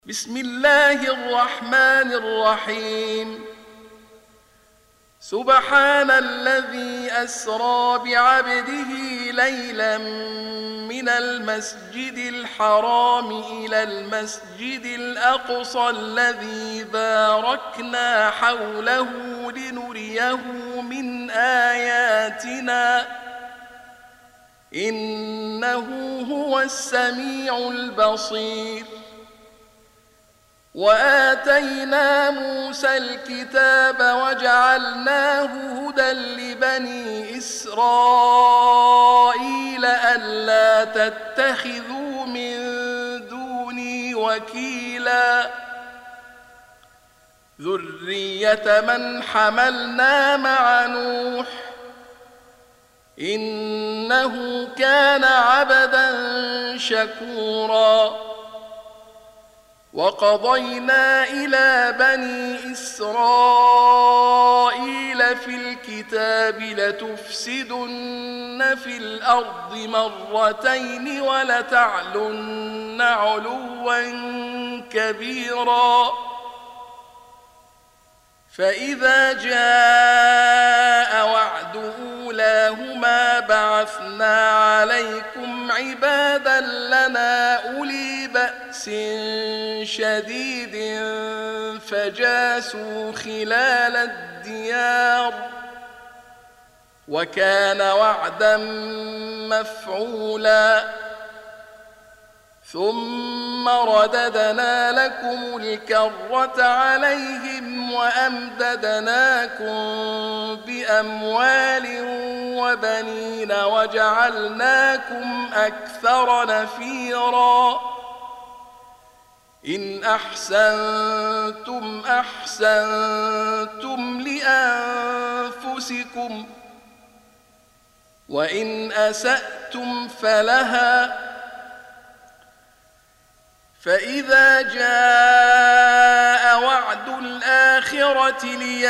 بسم الله الرحمن الرحيم. سبحان الذي أسرى بعبده ليلا من المسجد الحرام إلى المسجد الأقصى الذي باركنا حوله لنريه من آياتنا إنه هو السميع البصير. وآتينا موسى الكتاب وجعلناه هدى لبني إسرائيل ألا تتخذوا من دوني وكيلا ذرية من حملنا مع نوح إنه كان عبدا شكورا. وقضينا إلى بني إسرائيل في الكتاب لتفسدن في الأرض مرتين ولتعلن علوا كبيرا. فإذا جاء وعد أولاهما بعثنا عليكم عبادا لنا أولي بأس شديد فجاسوا خلال الديار وكان وعدا مفعولا. ثم رددنا لكم الكرة عليهم وأمددناكم بأموال وبنين وجعلناكم أكثر نفيرا. إن أحسنتم أحسنتم لأنفسكم وإن أسأتم فلها. فإذا جاء وعد الآخرة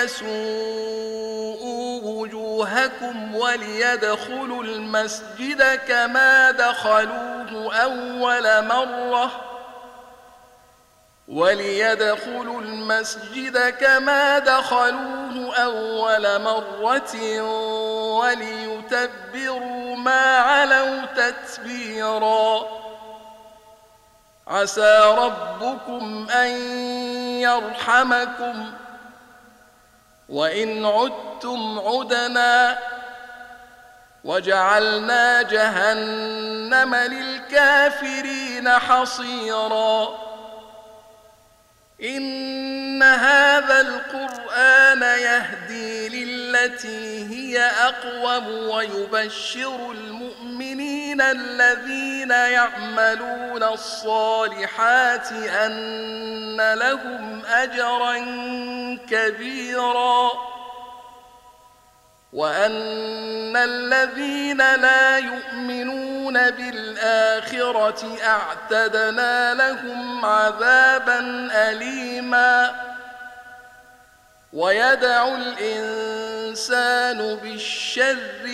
ليسوءوا وجوهكم وليدخلوا المسجد كما دخلوه أول مرة وليتبروا ما علوا تتبيرا. عسى ربكم أن يرحمكم وإن عدتم عدنا وجعلنا جهنم للكافرين حصيرا. إن هذا القرآن يهدي للتي هي أقوم ويبشر المؤمنين الذين يعملون الصالحات أن لهم أجرا كبيرا وأن الذين لا يؤمنون بالآخرة أعتدنا لهم عذابا أليما. ويدعو الإنسان بالشر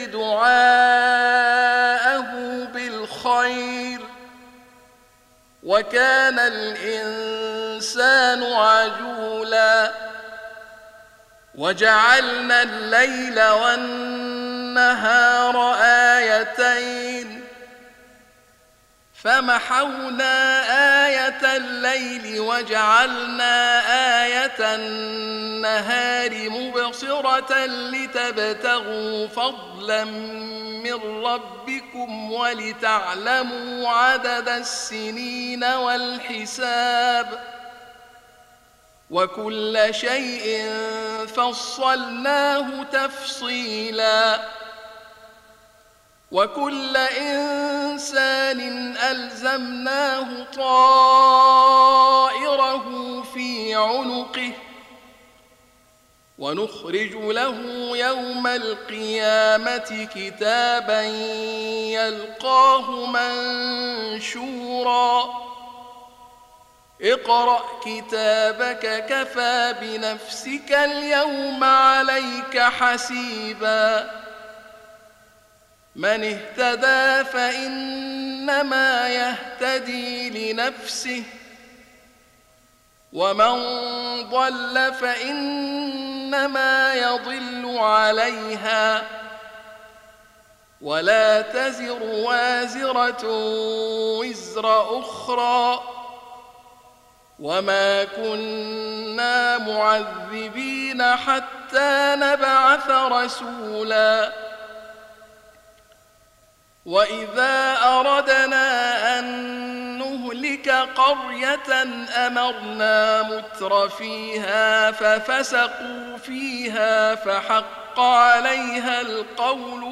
دعاءه بالخير وكان الإنسان عجولا. وجعلنا الليل والنهار آيتين فمحونا آية الليل وجعلنا آية النهار مبصرة لتبتغوا فضلا من ربكم ولتعلموا عدد السنين والحساب وكل شيء فصلناه تفصيلا. وكل إنسان ألزمناه طائره في عنقه ونخرج له يوم القيامة كتابا يلقاه منشورا. اقرأ كتابك كفى بنفسك اليوم عليك حسيبا. من اهتدى فإنما يهتدي لنفسه ومن ضل فإنما يضل عليها ولا تزر وازرة وزر أخرى وما كنا معذبين حتى نبعث رسولا وإذا أردنا أن نهلك قرية أمرنا متر فيها ففسقوا فيها فحق عليها القول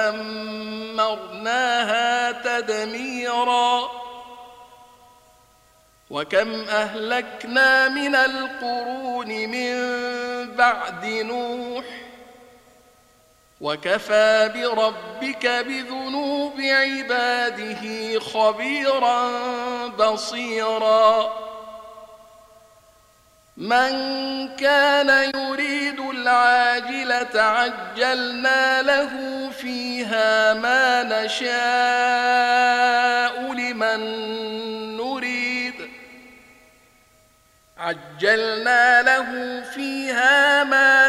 فدمرناها تدميرا وكم أهلكنا من القرون من بعد نوح وكفى بربك بذنوب عباده خبيرا بصيرا من كان يريد العاجلة عجلنا له فيها ما نشاء لمن نريد عجلنا له فيها ما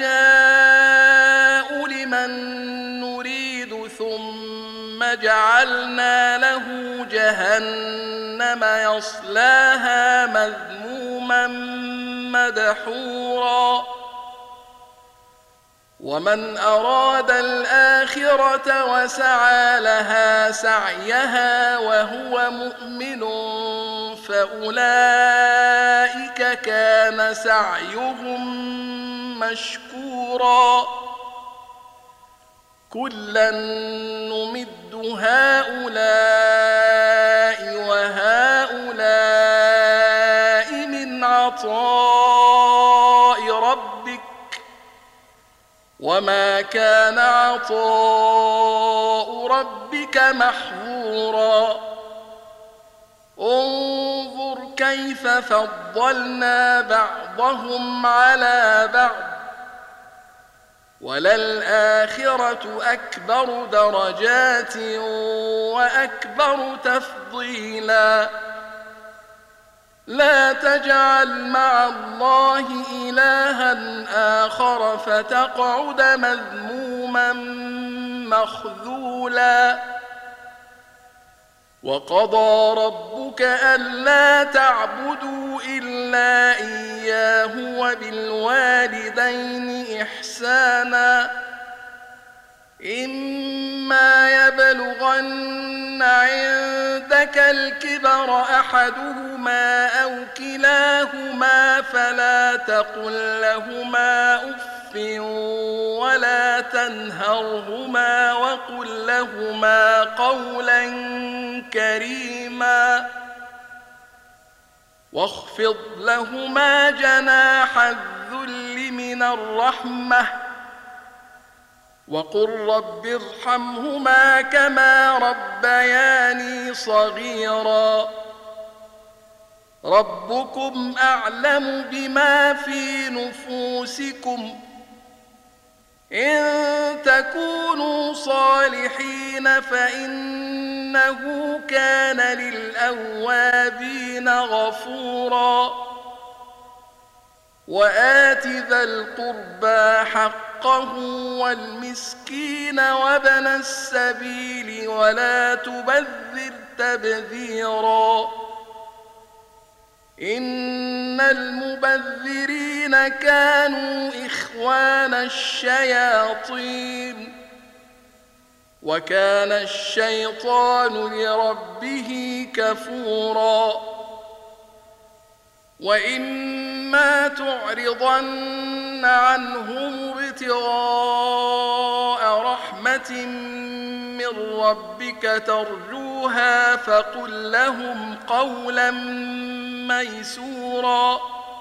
نشاء لمن نريد ثم جعلنا له جهنم يصلاها مذموما مدحورا ومن أراد الآخرة وسعى لها سعيها وهو مؤمن فأولئك كان سعيهم مشكورا كلا نمد هؤلاء وهؤلاء من عطاء ربك وما كان عطاء ربك محظورا انظر كيف فضلنا بعضهم على بعض وللآخرة أكبر درجات وأكبر تفضيلا لا تجعل مع الله إلها آخر فتقعد مذموما مخذولا وقضى ربك ألا تعبدوا إلا إياه وبالوالدين إحسانا إما يبلغن عندك الكبر أحدهما أو كلاهما فلا تقل لهما أف ولا تنهرهما وقل لهما قولا كريما واخفض لهما جناح الذل من الرحمة وقل رب ارحمهما كما ربياني صغيرا ربكم أعلم بما في نفوسكم إن تكونوا صالحين فإنه كان للأوابين غفورا وآت ذا القربى حقه والمسكين وابن السبيل ولا تبذر تبذيرا إن المبذرين كانوا إخوان الشياطين وكان الشيطان لربه كفورا وإما تعرضن عنهم ابتغاء رحمة من ربك ترجوها فقل لهم قولا ميسورا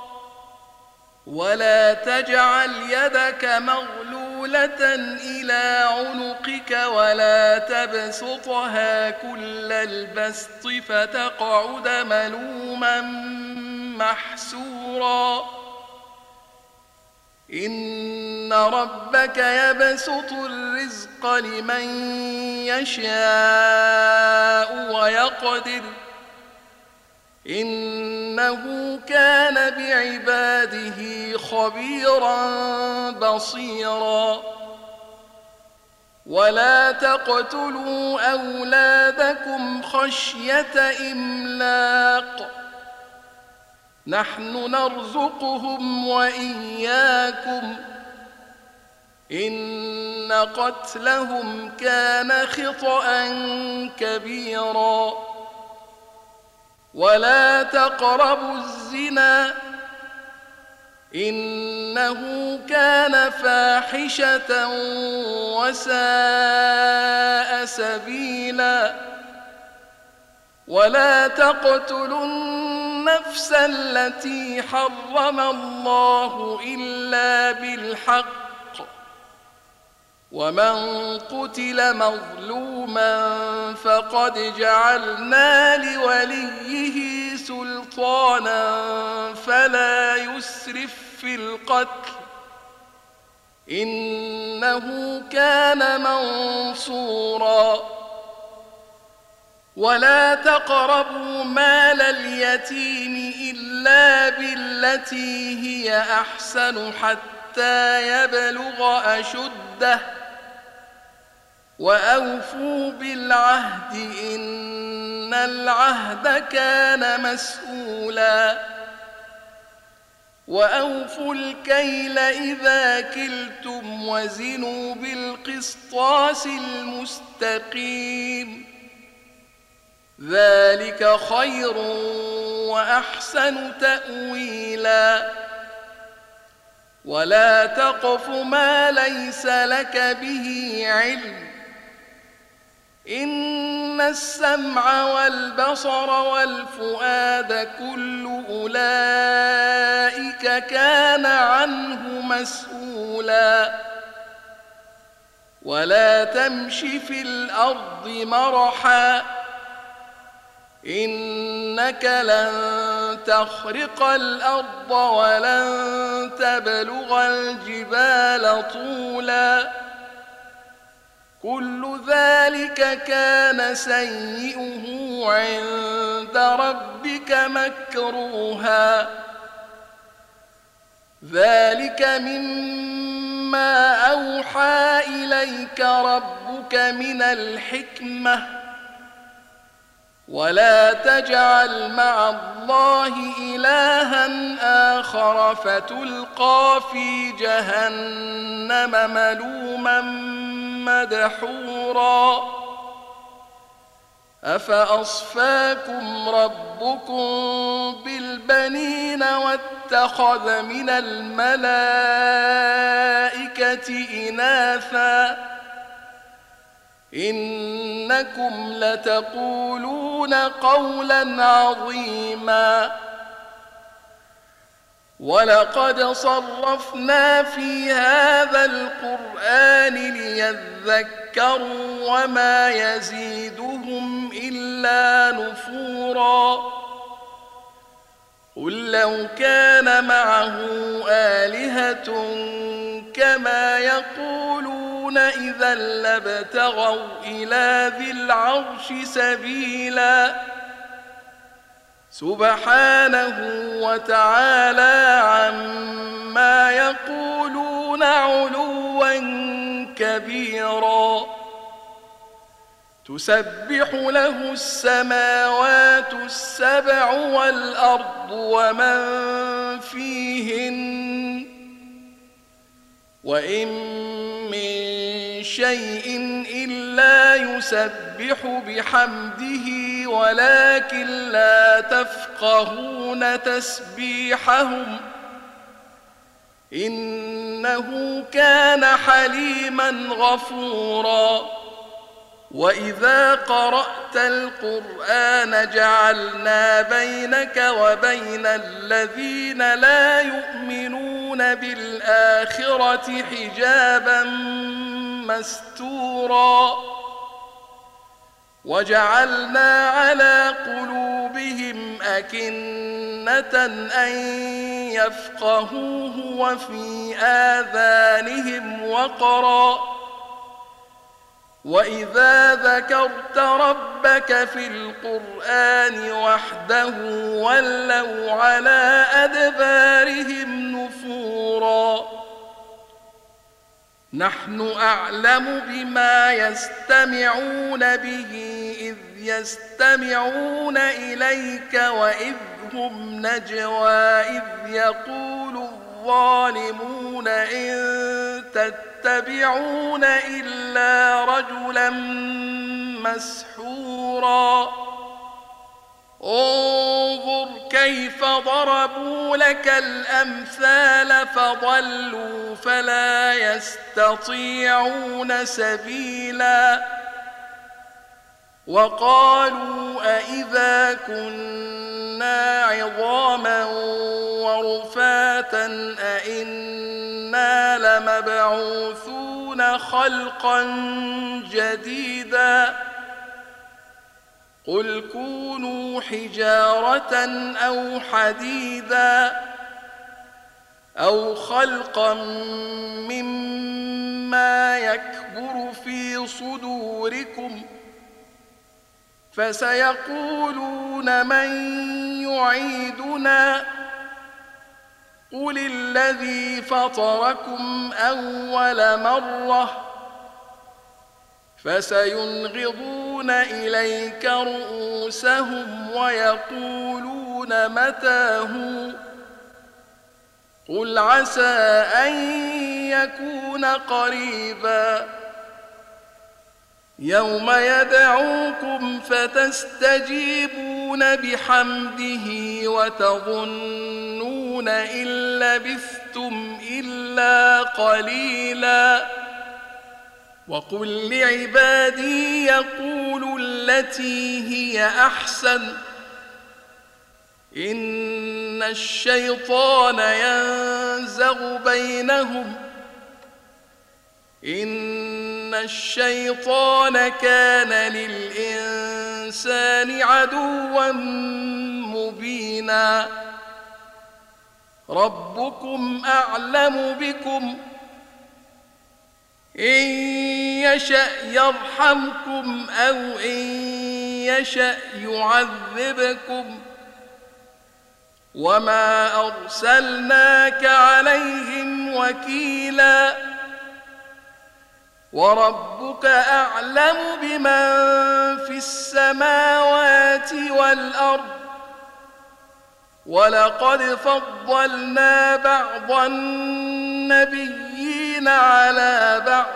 ولا تجعل يدك مغلولة إلى عنقك ولا تبسطها كل البسط فتقعد ملوما محسورا إن ربك يبسط الرزق لمن يشاء ويقدر إنه كان بعباده خبيرا بصيرا ولا تقتلوا أولادكم خشية إملاق نحن نرزقهم وإياكم إن قتلهم كان خطأ كبيرا ولا تقربوا الزنا إنه كان فاحشة وساء سبيلا ولا تقتلوا النفس التي حرم الله إلا بالحق ومن قتل مظلوما فقد جعلنا لوليه سلطانا فلا يسرف في القتل إنه كان منصورا ولا تقربوا مال اليتيم إلا بالتي هي أحسن حتى يبلغ أشده وأوفوا بالعهد إن العهد كان مسؤولا وأوفوا الكيل إذا كلتم وزنوا بالقسطاس المستقيم ذلك خير وأحسن تأويلا ولا تقف ما ليس لك به علم إن السمع والبصر والفؤاد كل أولئك كان عنه مسؤولا ولا تمش في الأرض مرحا إنك لن تخرق الأرض ولن تبلغ الجبال طولا كل ذلك كان سيئه عند ربك مكروها ذلك مما أوحى إليك ربك من الحكمة ولا تجعل مع الله إلها آخر فتلقى في جهنم ملوما مدحورا أفأصفاكم ربكم بالبنين واتخذ من الملائكة إناثا إنكم لتقولون قولا عظيما ولقد صرفنا في هذا القرآن ليذكروا وما يزيدهم إلا نفورا قل لو كان معه آلهة كما يقولون إذا لابتغوا إلى ذي العرش سبيلا سبحانه وتعالى عما يقولون علوا كبيرا تسبح له السماوات السبع والأرض ومن فيهن وإن من شيء إلا يسبح بحمده ولكن لا تفقهون تسبيحهم إنه كان حليما غفورا وإذا قرأت القرآن جعلنا بينك وبين الذين لا يؤمنون بالآخرة حجابا مستورا وجعلنا على قلوبهم أكنة أن يفقهوه وفي آذانهم وقرا وإذا ذكرت ربك في القرآن وحده ولوا على أدبارهم نفورا نحن أعلم بما يستمعون به إذ يستمعون إليك وإذ هم نجوى إذ يقول الظالمون إن تتبعون إلا رجلا مسحورا انظر كيف ضربوا لك الأمثال فضلوا فلا يستطيعون سبيلا وقالوا أإذا كنا عظاما ورفاتا أإنا لمبعوثون خلقا جديدا قل كونوا حجارة أو حديدا أو خلقا مما يكبر في صدوركم فسيقولون من يعيدنا قل الذي فطركم أول مرة فسينغضون إليك رؤوسهم ويقولون متى هو قل عسى أن يكون قريبا يوم يدعوكم فتستجيبون بحمده وتظنون إن لبثتم إلا قليلا وقل لعبادي يقولوا التي هي أحسن إن الشيطان ينزغ بينهم إن الشيطان كان للإنسان عدوا مبينا ربكم أعلم بكم إن يشأ يرحمكم أو إن يشأ يعذبكم وما أرسلناك عليهم وكيلا وربك أعلم بمن في السماوات والأرض ولقد فضلنا بعض النبيين على بعض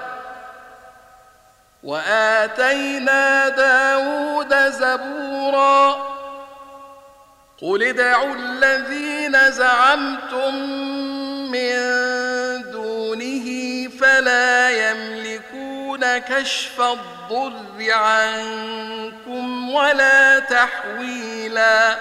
وآتينا داود زبورا قل ادعوا الذين زعمتم من دونه فلا يملكون كشف الضر عنكم ولا تحويلا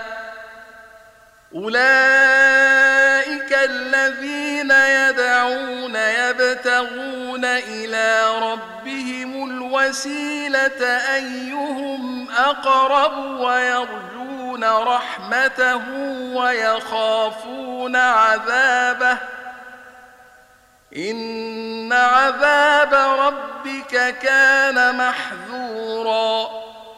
أولئك الذين يدعون يبتغون إلى ربهم الوسيلة أيهم أقرب ويرجون رحمته ويخافون عذابه إن عذاب ربك كان محذورا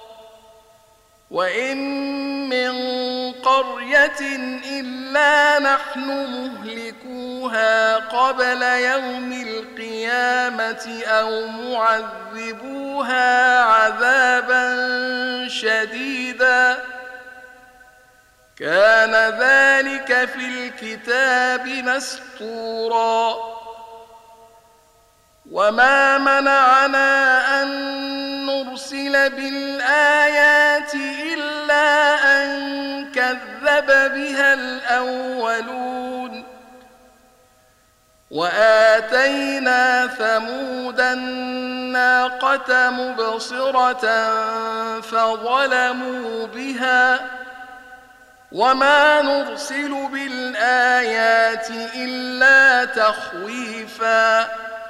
وإن من قرية إلا نحن مهلكوها قبل يوم القيامة أو معذبوها عذابا شديدا كان ذلك في الكتاب مسطورا وما منعنا أن نرسل بالآيات إلا أن كذب بها الأولون وآتينا ثمود الناقة مبصرة فظلموا بها وما نرسل بالآيات إلا تخويفا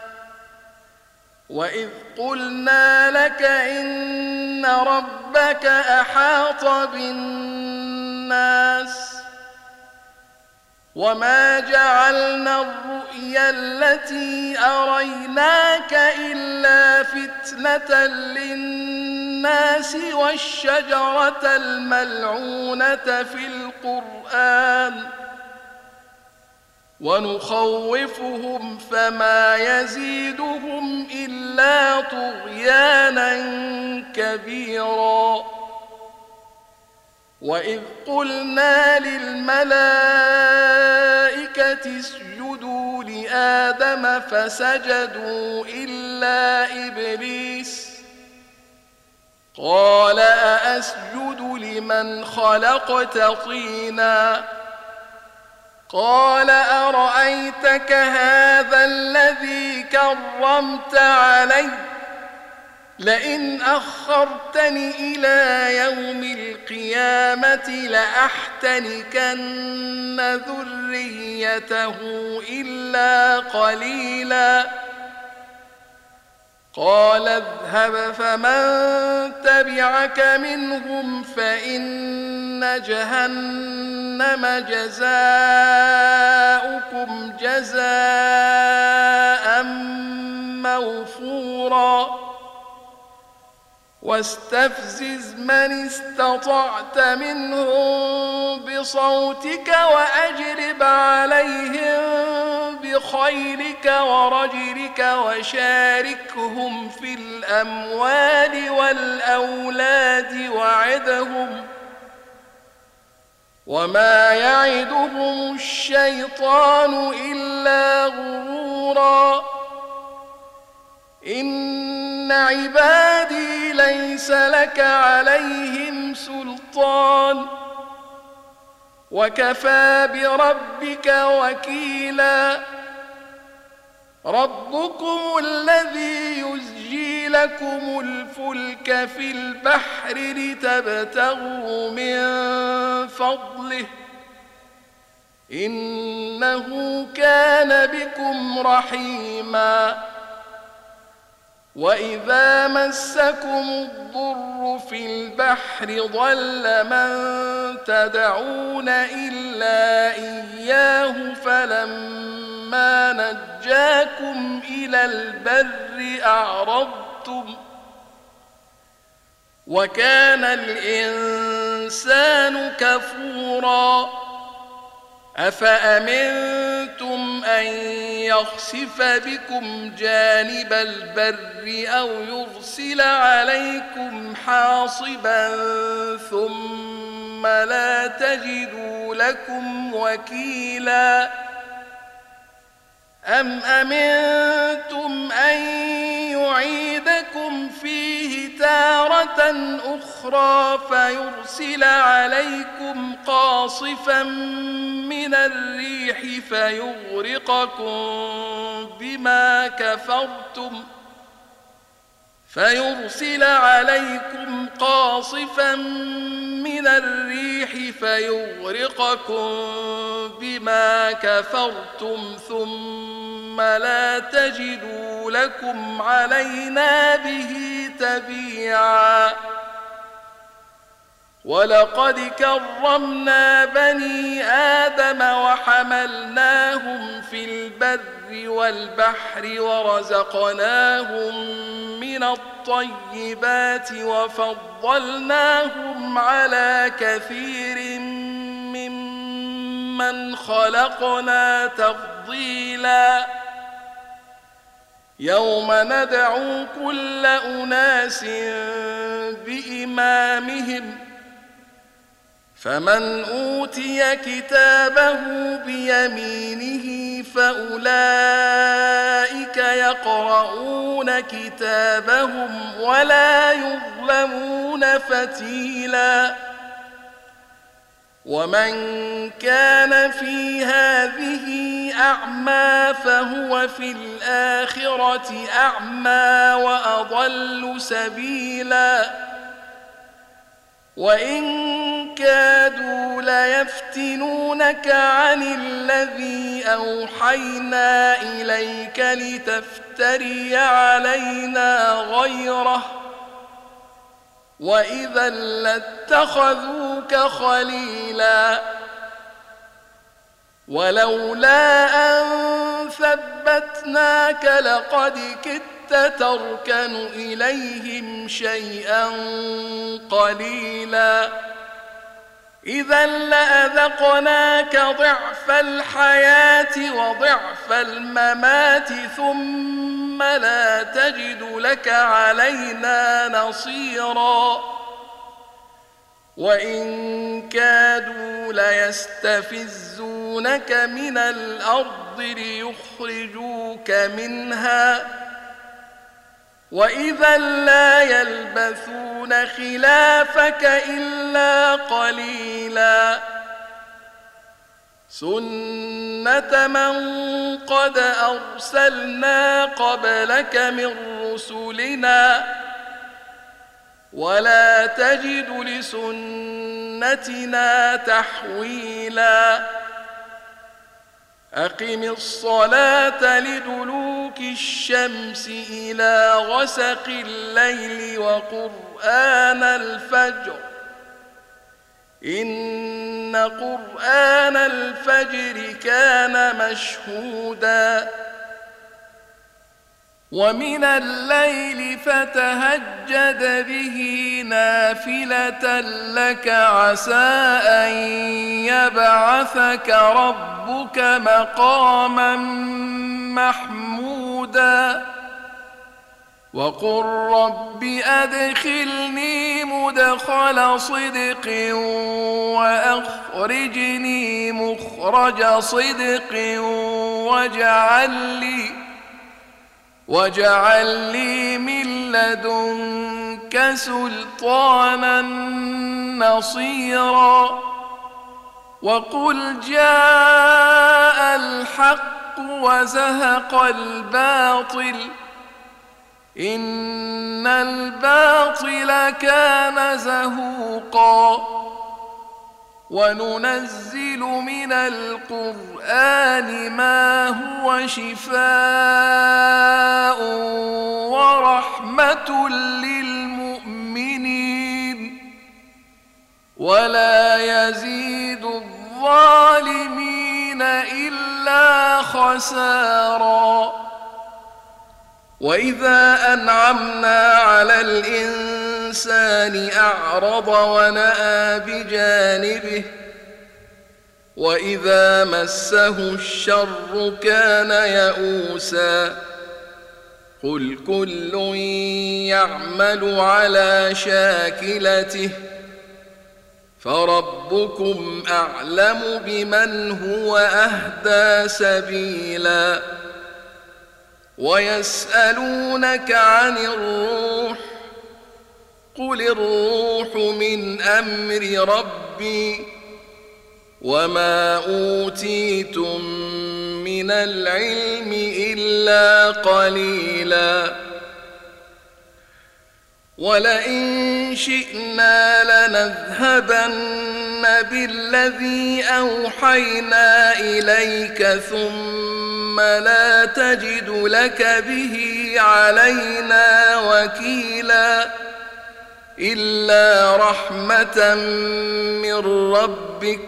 وإذ قلنا لك إن ربك أحاط بالناس وما جعلنا الرؤيا التي أريناك إلا فتنة للناس والشجرة الملعونة في القرآن ونخوفهم فما يزيدهم إلا طغيانا كبيرا. وإذ قلنا للملائكة اسجدوا لآدم فسجدوا إلا إبليس قال أأسجد لمن خلقت طينا قال أرأيتك هذا الذي كرمت علي لئن أخرتني إلى يوم القيامة لأحتنكن ذريته إلا قليلا. قال اذهب فمن تبعك منهم فإن جهنم جزاؤكم جزاء موفورا. واستفزز من استطعت منهم بصوتك وأجرب عليهم بخيلك ورجلك وشاركهم في الأموال والأولاد وعدهم وما يعدهم الشيطان إلا غرورا. إن عبادي ليس لك عليهم سلطان وكفى بربك وكيلا. ربكم الذي يزجي لكم الفلك في البحر لتبتغوا من فضله إنه كان بكم رحيما. وإذا مسكم الضر في البحر ضل من تدعون إلا إياه فلما نجاكم إلى البر أعرضتم وكان الإنسان كفورا. أفأمنتم أن يخسف بكم جانب البر أو يرسل عليكم حاصبا ثم لا تجدوا لكم وكيلا. أم أمنتم أن يعيدكم فيه تارة أخرى فيرسل عليكم قاصفا من الريح فيغرقكم بما كفرتم ثم لا تجدوا لكم علينا به تبيعا. ولقد كرمنا بني آدم وحملناهم في البر والبحر ورزقناهم من الطيبات وفضلناهم على كثير ممن خلقنا تفضيلا. يوم ندعو كل أناس بإمامهم فمن أوتي كتابه بيمينه فأولئك يقرؤون كتابهم ولا يظلمون فتيلا. ومن كان في هذه أعمى فهو في الآخرة أعمى وأضل سبيلا. وإن كادوا ليفتنونك عن الذي أوحينا إليك لتفتري علينا غيره وإذا لاتخذوك خليلا. ولولا أن ثبتناك لقد كدت تركن إليهم شيئا قليلا إذا لأذقناك ضعف الحياة وضعف الممات ثم لا تجد لك علينا نصيرا وإن كادوا ليستفزونك من الأرض ليخرجوك منها وإذا لا يلبثون خلافك إلا قليلا سنة من قد أرسلنا قبلك من رسلنا ولا تجد لسنتنا تحويلا أقم الصلاة لدلوك الشمس إلى غسق الليل وقرآن الفجر إن قرآن الفجر كان مشهودا ومن الليل فتهجد به نافلة لك عسى أن يبعثك ربك مقاما محمودا وقل رب أدخلني مدخل صدق وأخرجني مخرج صدق واجعل لي من لدنك سلطانا نصيرا وقل جاء الحق وزهق الباطل إن الباطل كان زهوقا وننزل من القرآن ما هو شفاء ورحمة للمؤمنين ولا يزيد الظالمين إلا خسارا وإذا أنعمنا على الإنسان أعرض ونأى بجانبه وإذا مسه الشر كان يئوسا قل كل يعمل على شاكلته فربكم أعلم بمن هو أهدى سبيلا ويسألونك عن الروح قل الروح من أمر ربي وما أوتيتم من العلم إلا قليلا ولئن شئنا لنذهبن بالذي أوحينا إليك ثم لا تجد لك به علينا وكيلا إلا رحمة من ربك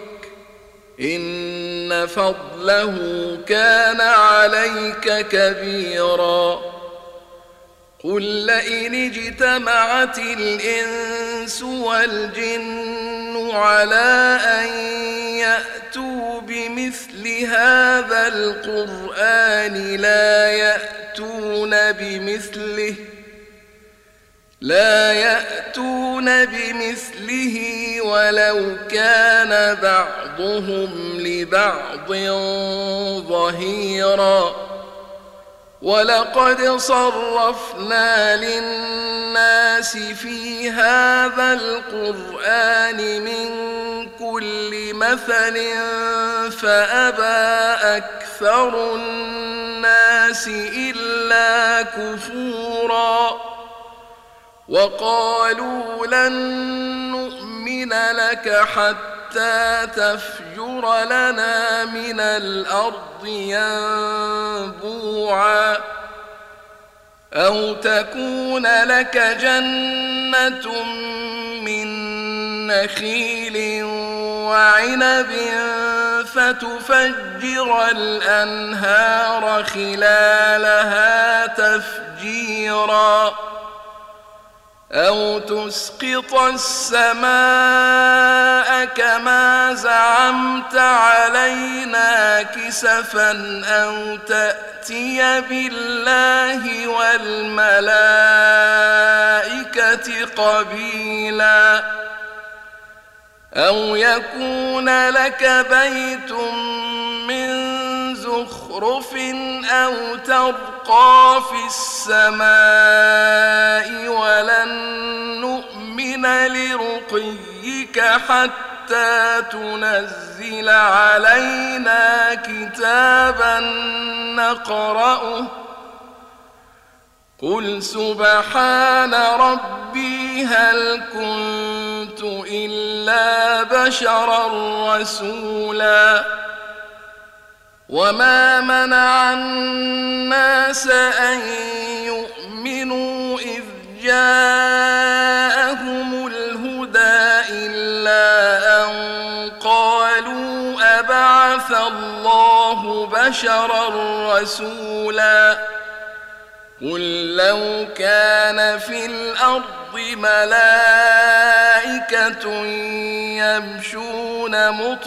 إن فضله كان عليك كبيرا قل لئن اجتمعت الإنس والجن على أن يأتوا بمثل هذا القرآن لا يأتون بمثله ولو كان بعضهم لبعض ظهيرا ولقد صرفنا للناس في هذا القرآن من كل مثل فأبى أكثر الناس إلا كفورا وقالوا لن نؤمن لك حتى تفجر لنا من الأرض ينبوعا أو تكون لك جنة من نخيل وعنب فتفجر الأنهار خلالها تفجيرا أو تسقط السماء كما زعمت علينا كسفا أو تأتي بالله والملائكة قبيلا أو يكون لك بيت من زخرف أو ترقى في السماء ولن نؤمن لرقيك حتى تنزل علينا كتابا نقرأه قل سبحان ربي هل كنت إلا بشرا رسولا وما منع الناس أن يؤمنوا إذ جاءهم الهدى إلا أن قالوا أبعث الله بشرا رسولا قل لو كان في الأرض ملائكة يمشون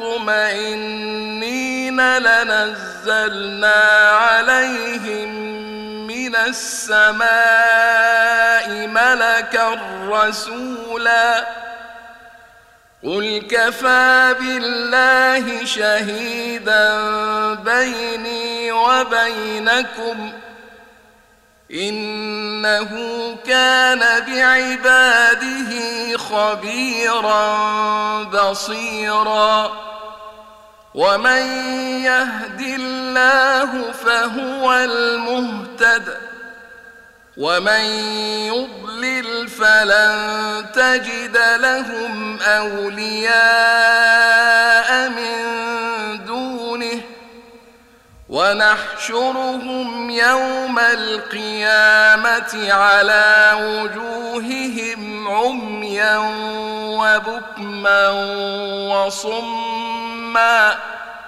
مطمئنين لنزلنا عليهم من السماء ملكا رسولا قل كفى بالله شهيدا بيني وبينكم إنه كان بعباده خبيرا بصيرا ومن يهد الله فهو المهتد ومن يضلل فلن تجد لهم أولياء من دونه ونحشرهم يوم القيامة على وجوههم عميا وبكما وصما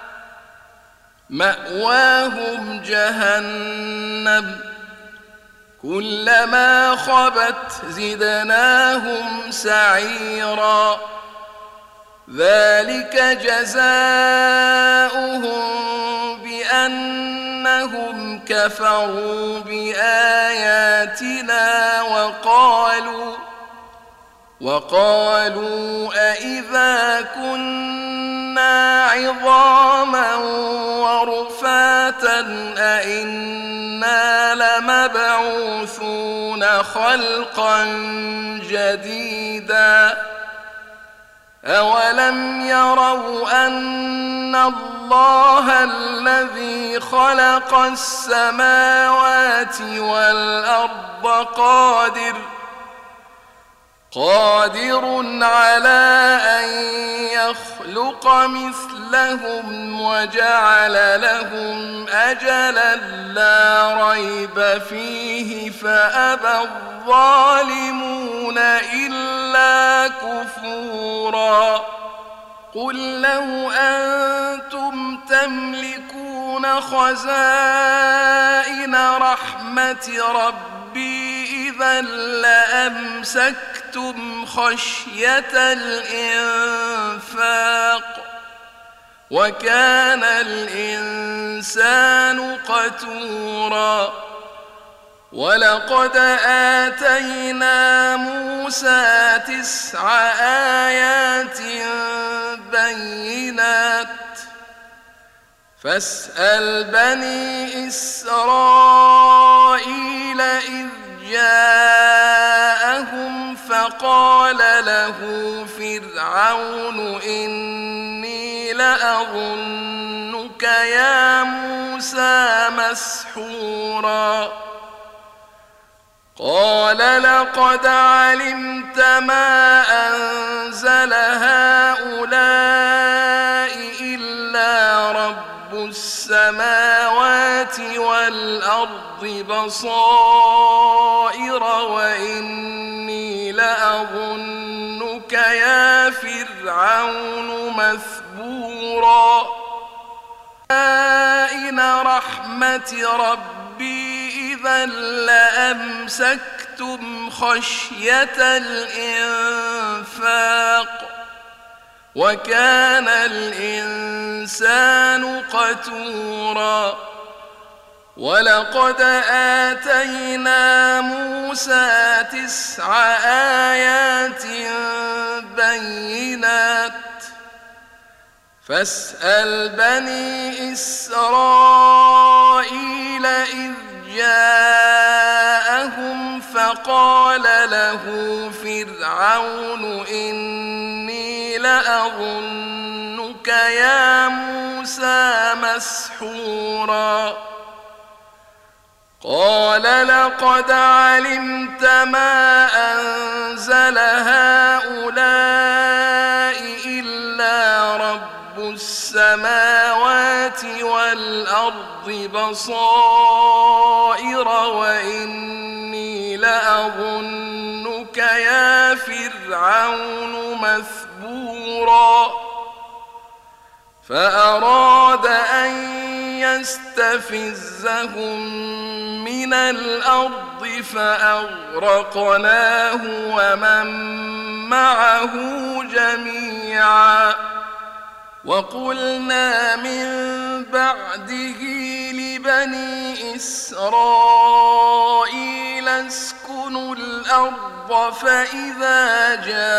مأواهم جهنم كلما خبت زدناهم سعيرا ذلك جزاؤهم بأنهم كفروا بآياتنا وقالوا أإذا كنا عظاما ورفاتا أإنا لمبعوثون خلقا جديدا أولم يروا أن الله الذي خلق السماوات والأرض قادر على أن يخلق مثلهم وجعل لهم أجلا لا ريب فيه فأبى الظالمون إلا كفورا قل لو أنتم تملكون خزائن رحمة ربي إذا لأمسكتم خشية الإنفاق وكان الإنسان قتورا ولقد آتينا موسى 9 آيات بينات فاسأل بني إسرائيل إذ جاءهم فقال له فرعون إني لأظنك يا موسى مسحورا قال لقد علمت ما أنزل هؤلاء إلا رب السماوات والأرض بصائر وإني لأظنك يا فرعون مثبورا رحمة ربي إذا لأمسكتم خشية الإنفاق وكان الإنسان قتورا ولقد آتينا موسى 9 آيات بينات فاسأل بني إسرائيل إذ جاءهم فقال له فرعون إني لأظنك يا موسى مسحورا قال لقد علمت ما أنزل هؤلاء إلا رب السماوات والأرض بصائر وإني لأظنك يا فرعون مثبورا فأراد أن يستفزهم من الأرض فأغرقناه ومن معه جميعا وقلنا من بعده لبني إسرائيل اسكنوا الأرض فإذا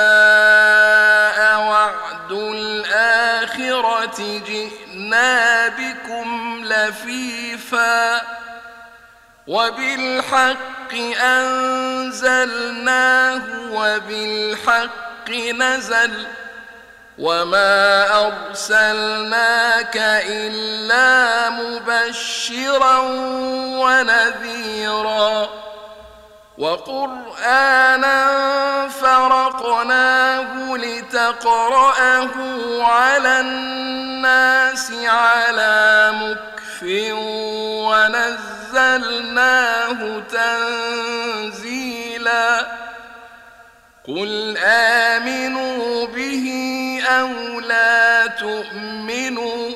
جاء وعد الآخرة جئنا بكم لفيفا وبالحق أنزلناه وبالحق نزل وما أرسلناك إلا مبشرا ونذيرا وقرآنا فرقناه لتقرأه على الناس على مكث ونزلناه تنزيلا قل آمنوا به أو لا تؤمنوا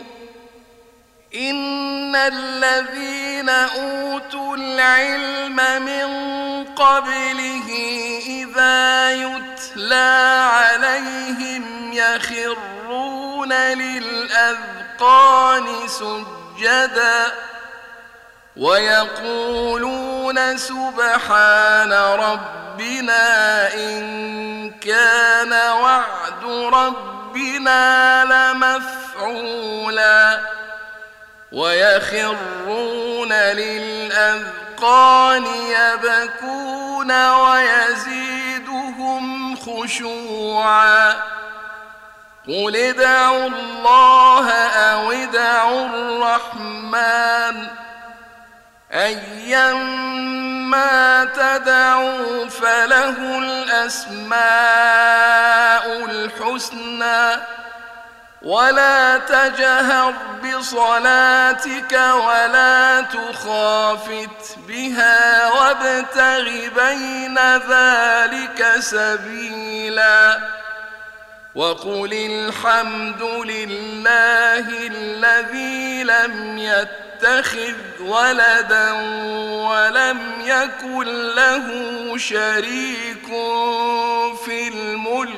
إن الذين أوتوا العلم من قبله إذا يتلى عليهم يخرون للأذقان سجدا ويقولون سبحان ربنا إن كان وعد ربنا لمفعولا ويخرون للأذقان يبكون ويزيدهم خشوعا قل ادعوا الله أو ادعوا الرحمن أيما تدعوا فله الأسماء الحسنى ولا تجهر بصلاتك ولا تخافت بها وابتغ بين ذلك سبيلا وقل الحمد لله الذي لم يتخذ ولدا ولم يكن له شريك في الملك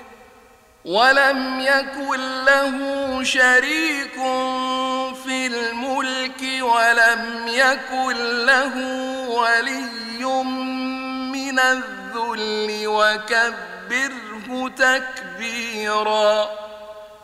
ولم يكن له ولي من الذل وكبره تكبيرا